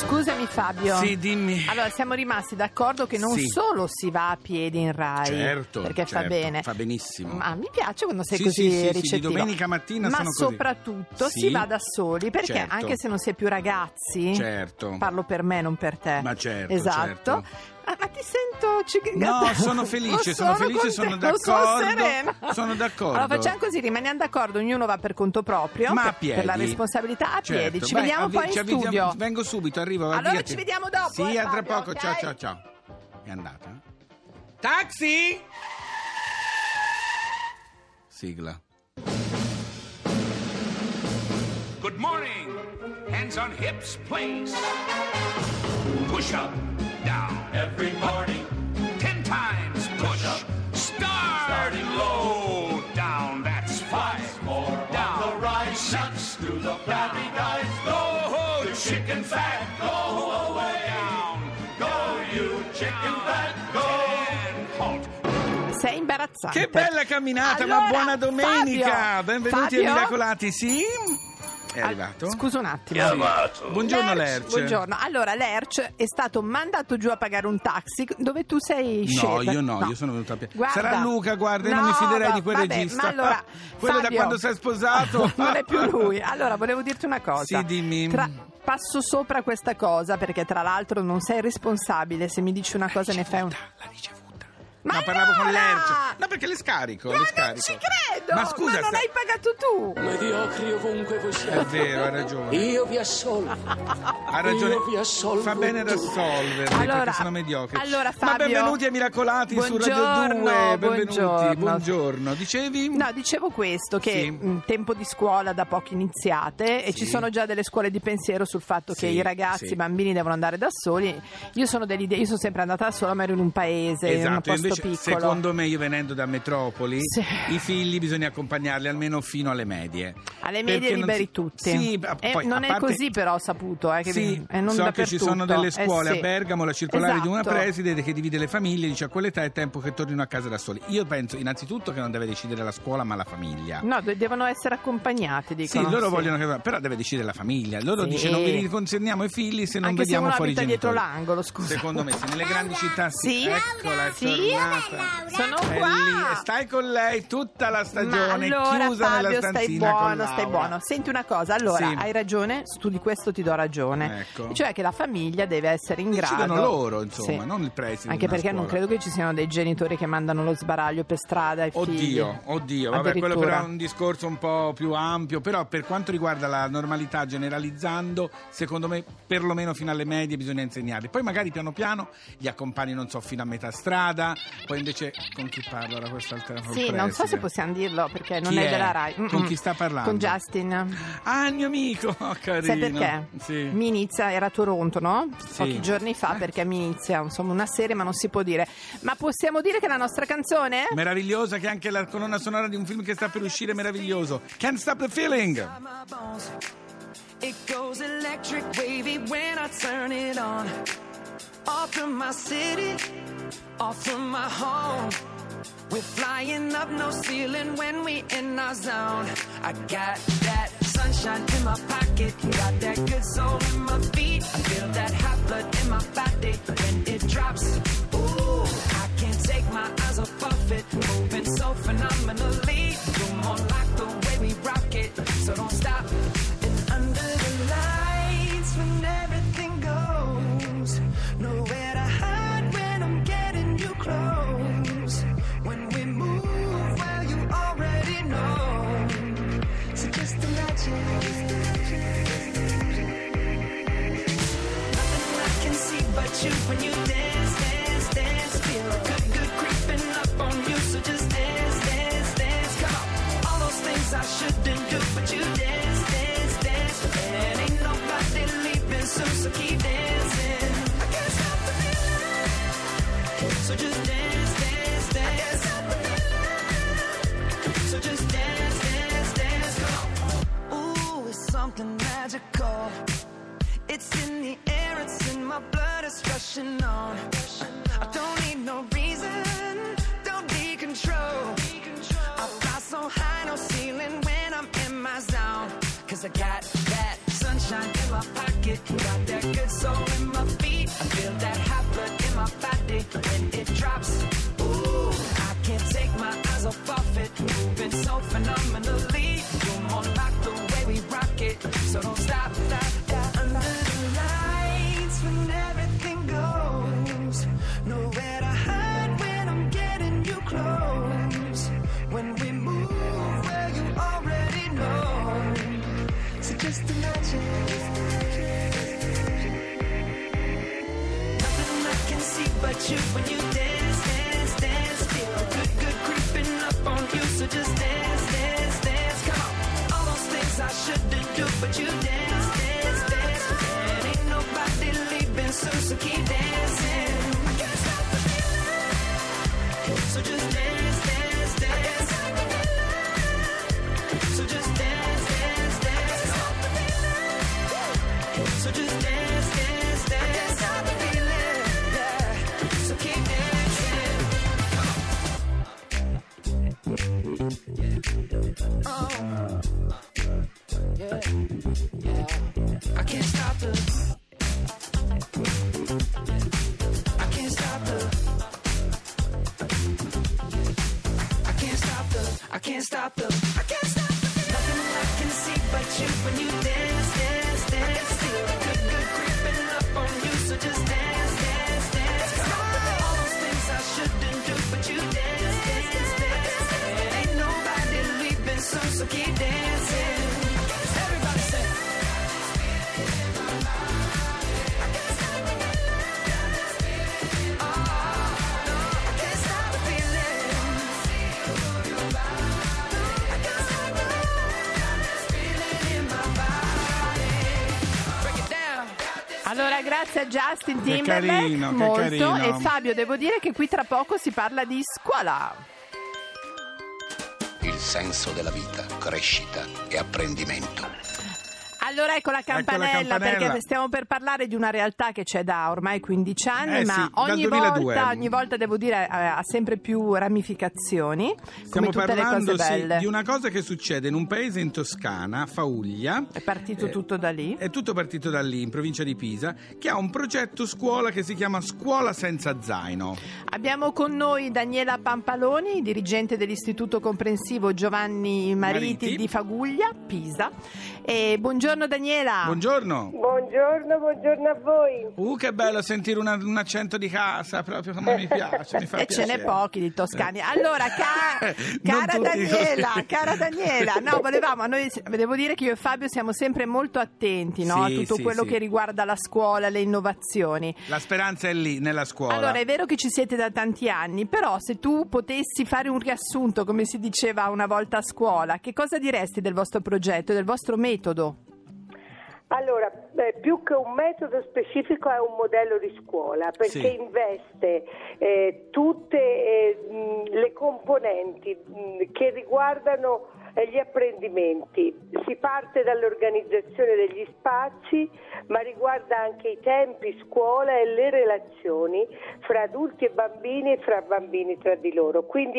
Scusami Fabio. Sì, dimmi. Allora, siamo rimasti d'accordo che non Sì. solo si va a piedi in Rai, Certo, perché fa certo, bene. fa benissimo. Ma mi piace quando sei Sì, così sì, di ricettivo. domenica mattina ma sono così. soprattutto Sì. si va da soli, perché Certo. anche se non si è più ragazzi, Certo. parlo per me, non per te. Ma certo, esatto. certo. Ma ti sento No, sono felice, sono d'accordo. Sono serena. Sono d'accordo. Allora facciamo così, rimaniamo d'accordo, ognuno va per conto proprio, Ma a per piedi. la responsabilità a Certo. piedi. Ci Vai, vediamo poi in studio. Vengo subito, arrivo. Allora avviati. ci vediamo dopo. Sì, a tra Fabio, poco. ok? Ciao. È andata? Taxi! Sigla. Good morning. Hands on hips, please. Push up, down. Every morning. 10 times push up. Starting low. Down, that's 5. More down. The right 6 through the flabby guys. Go, the chicken fat. Go away. Down. Go, you chicken fat. Go. 10. Halt. Sei imbarazzante. Che bella camminata, Allora, ma buona domenica! Fabio, Benvenuti Fabio? ai Miracolati, sì? È arrivato? Scusa un attimo. Chiamato. Buongiorno Lerch. Buongiorno. Allora, Lerch è stato mandato giù a pagare un taxi dove tu sei No, scelto. io sono venuto a piedi. Guarda. Sarà Luca, guarda, io non No, mi fiderei di quel vabbè, regista. Ma allora, quello Fabio, da quando sei sposato. non è più lui. Allora, volevo dirti una cosa. Sì, dimmi. Passo sopra questa cosa perché tra l'altro non sei responsabile. Se mi dici una cosa ne fai un... La ricevuta. Ma No, parlavo con allora! Lerch. No, perché le scarico. Ma le non scarico. ci credo! Ma scusa, non hai pagato tu! Mediocri ovunque voi siete. È vero, hai ragione. Io vi assolvo. Ha ragione. Io vi assolvo. Fa bene ad assolverli Allora, perché sono mediocri. allora, Ma Fabio, benvenuti ai Miracolati su Radio buongiorno, 2. Benvenuti. buongiorno. Buongiorno. Dicevi? No, dicevo questo, che Sì. tempo di scuola da poco iniziate e Sì. ci sono già delle scuole di pensiero sul fatto che Sì, i ragazzi, sì. i bambini devono andare da soli. Io sono dell'idea, io sono sempre andata da sola, ma ero in un paese, in un Esatto, posto invece piccolo. secondo me, io venendo da metropoli, Sì. i figli bisogna accompagnarli almeno fino alle medie. Alle medie Perché non liberi si- tutti. Sì, E poi, non a è parte- così però, ho saputo, che Sì, e non so che ci dappertutto. sono delle scuole sì. a Bergamo, la circolare di una Esatto. preside che divide le famiglie, dice a quell'età è tempo che tornino a casa da soli. Io penso innanzitutto che non deve decidere la scuola ma la famiglia. No, devono essere accompagnati, dicono. Sì, loro vogliono che... Però deve decidere la famiglia. Loro Sì. dice non vi consegniamo i figli se non Anche se vediamo uno fuori i abita dietro genitori. l'angolo, scusa. Secondo me, sì, nelle grandi città sì. Sì? Eccola, è Sì? tornata. Sono È qua. lì, e stai con lei tutta la Ma stagione, allora chiusa Fabio, nella stai stanzina con buono, Laura. stai buono. Senti una cosa, allora, Sì. hai ragione, tu di questo ti do ragione. Ecco. Cioè che la famiglia deve essere in Decidono grado. loro, insomma, Sì. non il preside Anche di una perché non scuola. credo che ci siano dei genitori che mandano lo sbaraglio per strada ai figli. Oddio, vabbè, quello Addirittura. però è un discorso un po' più ampio, però per quanto riguarda la normalità generalizzando, secondo me perlomeno fino alle medie bisogna insegnarli. Poi magari piano piano gli accompagni, non so, fino a metà strada, poi invece con chi parlo ora quest'altra col Sì, non so se preside? possiamo dirlo perché non Chi è è? della Rai. Con chi sta parlando? Con Justin. Ah, il mio amico, oh, carino. Sai perché? Sì. Mi inizia, era a Toronto, no? Sì. Pochi giorni fa, perché mi inizia insomma una serie, ma non si può dire. Ma possiamo dire che la nostra canzone? Meravigliosa, che è anche la colonna sonora di un film che sta per uscire, meraviglioso. Can't Stop the Feeling. My bones. It goes electric wavy when I turn it on. Off from my city, off from my home. We're flying up, no ceiling when we in our zone. I got that sunshine in my pocket, got that good soul in my feet. I feel that hot blood in my body when it drops. Ooh, I can't take my eyes off of it, moving so phenomenally. You're more like the way we rock it, so don't stop. And under the lights, when everything goes, nowhere to hide when I'm getting you close. When we move, well, you already know. So just imagine. Nothing I can see but you when you dance, dance, dance. Feel good, good creeping up on you. So just dance, dance, dance. Come on. All those things I shouldn't do, but you dance, dance, dance. And ain't nobody leaving soon, so keep dancing. I can't stop the feeling. So just dance, dance, dance. I can't stop the feeling. So just dance, dance, dance. Come on. Ooh, it's something magical. It's in the air, it's in my blood, it's rushing on. I don't need no reason, don't need control. I fly so high, no ceiling when I'm in my zone. 'Cause I got that sunshine in my pocket. Got that good soul in my feet. I feel that hot blood in my body when it drops. Ooh, I can't take my eyes off it. Moving so phenomenally. You're more like the way we rock it. So don't stop, stop, stop. Under the lights when everything goes. Nowhere to hide when I'm getting you close. When we move, well, you already know. So just imagine. Nothing I can see but you when you dance, dance, dance. Feel good, good creeping up on you. So just dance, dance, dance. Come on. All those things I shouldn't do, but you dance, dance, dance. And ain't nobody leaving soon, so keep dancing. I can't stop the feeling. So just dance, dance, dance. So just dance, dance, dance. So just dance, dance, dance. I can't stop the feeling, yeah. So keep dancing. Oh, yeah, yeah. I can't stop the. I can't stop the. I can't stop the. I can't stop the. I can't stop the. Nothing I can see but you when you dance, dance, dance. Feel good, good creeping up on you. So just dance, dance, dance. Come on. All those things I shouldn't do, but you dance, dance, dance. And ain't nobody leaving soon, so keep dancing. Everybody say. Allora, grazie a Justin Che Timberlake, carino, che molto. carino. E Fabio, devo dire che qui tra poco si parla di scuola. Il senso della vita, crescita e apprendimento. Allora ecco la campanella, perché stiamo per parlare di una realtà che c'è da ormai 15 anni, ma sì, dal 2002. ogni volta devo dire ha sempre più ramificazioni, Stiamo come tutte parlando le cose belle. di una cosa che succede in un paese in Toscana, Fauglia. È partito tutto da lì. È tutto partito da lì, in provincia di Pisa, che ha un progetto scuola che si chiama Scuola Senza Zaino. Abbiamo con noi Daniela Pampaloni, dirigente dell'Istituto Comprensivo Giovanni Mariti di Faguglia, Pisa. E buongiorno Daniela. Buongiorno. Buongiorno a voi. Che bello sentire un accento di casa, proprio come mi piace, mi fa E ce piacere. n'è pochi di toscani. Allora, Non cara tutti toscani. Daniela, no, noi devo dire che io e Fabio siamo sempre molto attenti, no, Sì, a tutto sì, quello sì. che riguarda la scuola, le innovazioni. La speranza è lì, nella scuola. Allora, è vero che ci siete da tanti anni, però se tu potessi fare un riassunto, come si diceva una volta a scuola, che cosa diresti del vostro progetto e del vostro metodo? Allora, più che un metodo specifico è un modello di scuola, perché Sì. investe tutte le componenti che riguardano gli apprendimenti. Si parte dall'organizzazione degli spazi, ma riguarda anche i tempi scuola e le relazioni fra adulti e bambini e fra bambini tra di loro. Quindi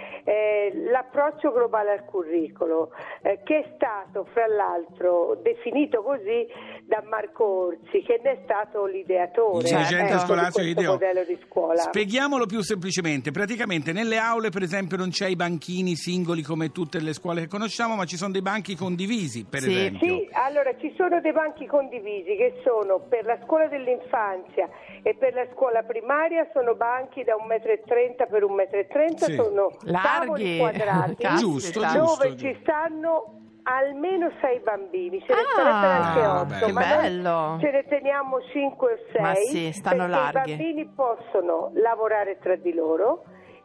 è l'approccio globale al curricolo, che è stato fra l'altro definito così da Marco Orsi, che ne è stato l'ideatore. Il dirigente scolastico di questo modello di scuola. Spieghiamolo più semplicemente. Praticamente nelle aule, per esempio, non c'è i banchini singoli come tutte le scuole che conosciamo, ma ci sono dei banchi condivisi, per esempio. Sì, allora ci sono dei banchi condivisi che sono per la scuola dell'infanzia e per la scuola primaria, sono banchi da 1,30 m per 1,30 m, Sì. sono Larghi. tavoli quadrati Giusto, dove giusto. ci stanno almeno 6 bambini, ce ne Ah, sarebbero anche 8, che ma noi bello. ce ne teniamo 5 o 6, Ma sì, stanno perché larghi. i bambini possono lavorare tra di loro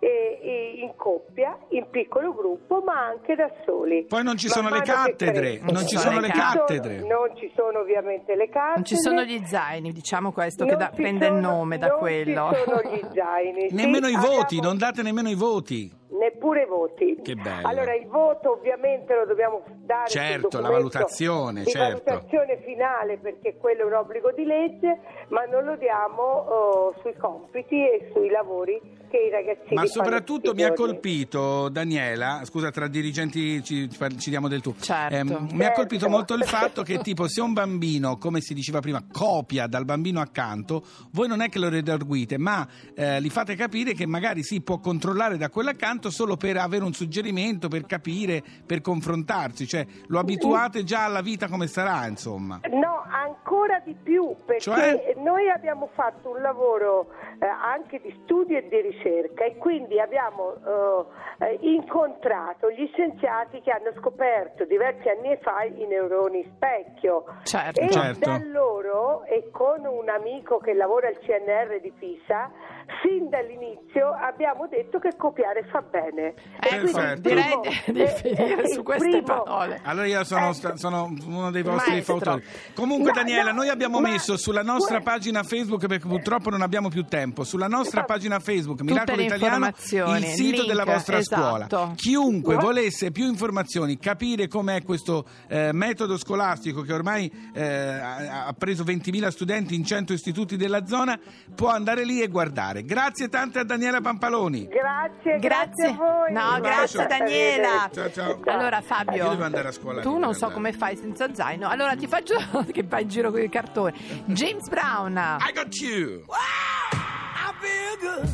e in coppia, in piccolo gruppo, ma anche da soli. Poi non ci Man sono le mano che cattedre, crescono. non ci sono le cattedre. Non ci sono ovviamente le cattedre. Non ci sono gli zaini, diciamo questo, Non che ci prende il sono- nome da quello. Non ci sono gli zaini. Nemmeno Sì, i voti, abbiamo- non date nemmeno i voti. neppure i voti. Che bello. Allora il voto ovviamente lo dobbiamo dare certo, sul la documento valutazione, di certo. valutazione finale, perché quello è un obbligo di legge, ma non lo diamo sui compiti e sui lavori che i ragazzini Ma fanno soprattutto tutti mi i ha giorni. colpito, Daniela, scusa, tra dirigenti ci diamo del tu. Certo. Mi ha colpito molto il fatto che tipo se un bambino, come si diceva prima, copia dal bambino accanto, voi non è che lo redarguite, ma gli fate capire che magari si può controllare da quell'accanto solo per avere un suggerimento, per capire, per confrontarsi, cioè lo abituate già alla vita come sarà, insomma. No, ancora di più, perché Cioè? noi abbiamo fatto un lavoro anche di studio e di ricerca, e quindi abbiamo incontrato gli scienziati che hanno scoperto diversi anni fa i neuroni specchio. Certo. E Certo. da loro, e con un amico che lavora al CNR di Pisa, fin dall'inizio abbiamo detto che copiare fa bene. E quindi Perfetto. Direi il di finire su il queste primo- parole. Allora io sono uno dei vostri Maestro. fautori. Comunque, No, Daniela, no, noi abbiamo ma- messo sulla nostra pagina Facebook, perché purtroppo non abbiamo più tempo, sulla nostra pagina Facebook Miracolo le Italiano, informazioni, il sito link, della vostra esatto. scuola. Chiunque volesse più informazioni, capire com'è questo metodo scolastico che ormai ha preso 20.000 studenti in 100 istituti della zona, può andare lì e guardare. Grazie tante a Daniela Pampaloni. Grazie a voi. No, Un grazie bacio. Daniela. Ciao, ciao. Allora Io Fabio, devo andare a scuola. tu devo non so andare. come fai senza zaino. Allora ti faccio che vai in giro con i cartoni. James Brown. I got you. I feel good.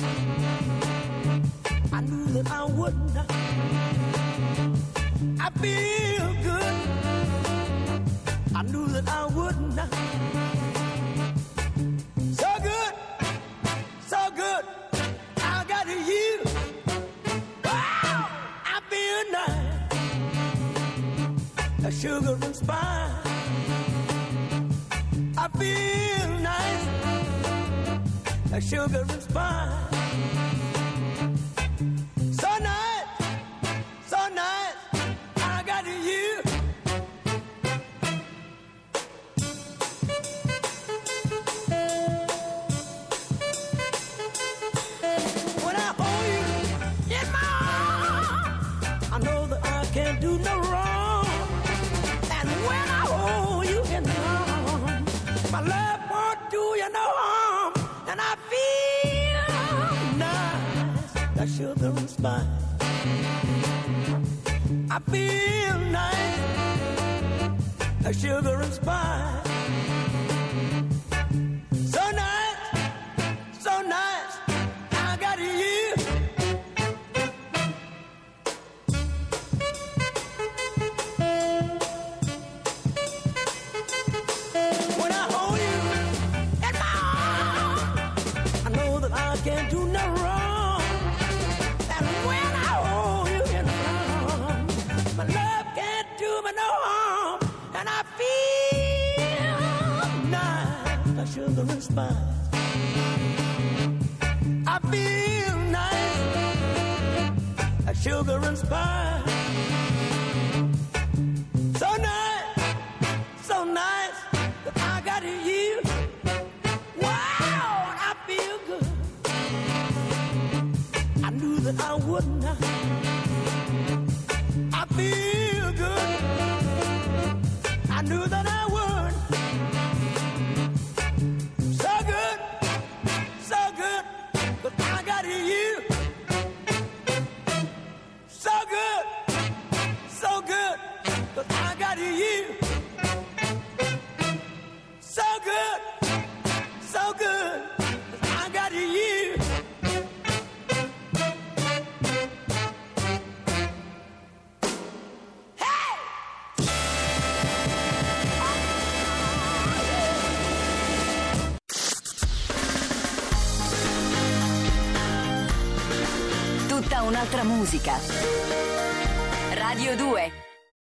I knew that I wouldn't. I feel good. I knew that I wouldn't. So good, so good. I got you. Wow, I feel nice. A sugar and spice. I feel nice. A sugar and spice. So nice, so nice. I got you. When I hold you in my arms, I know that I can't do no wrong. And when I hold you in my arms, my love won't do you no harm. And I feel nice, like sugar and spice. I feel nice, like sugar and spice. So nice, so nice, I got you. When I hold you in my arms, I know that I can't do no wrong. And when I hold you in my arms, my love can't do me no harm. And I feel nice, like sugar and spice. I feel nice, like sugar and spice. So nice, so nice, that I got you. Wow, I feel good. I knew that I wouldn't. I feel good. I knew that I would. So good, but I got you. So good, but I got you. So good, but I got you. Tutta un'altra musica. Radio 2.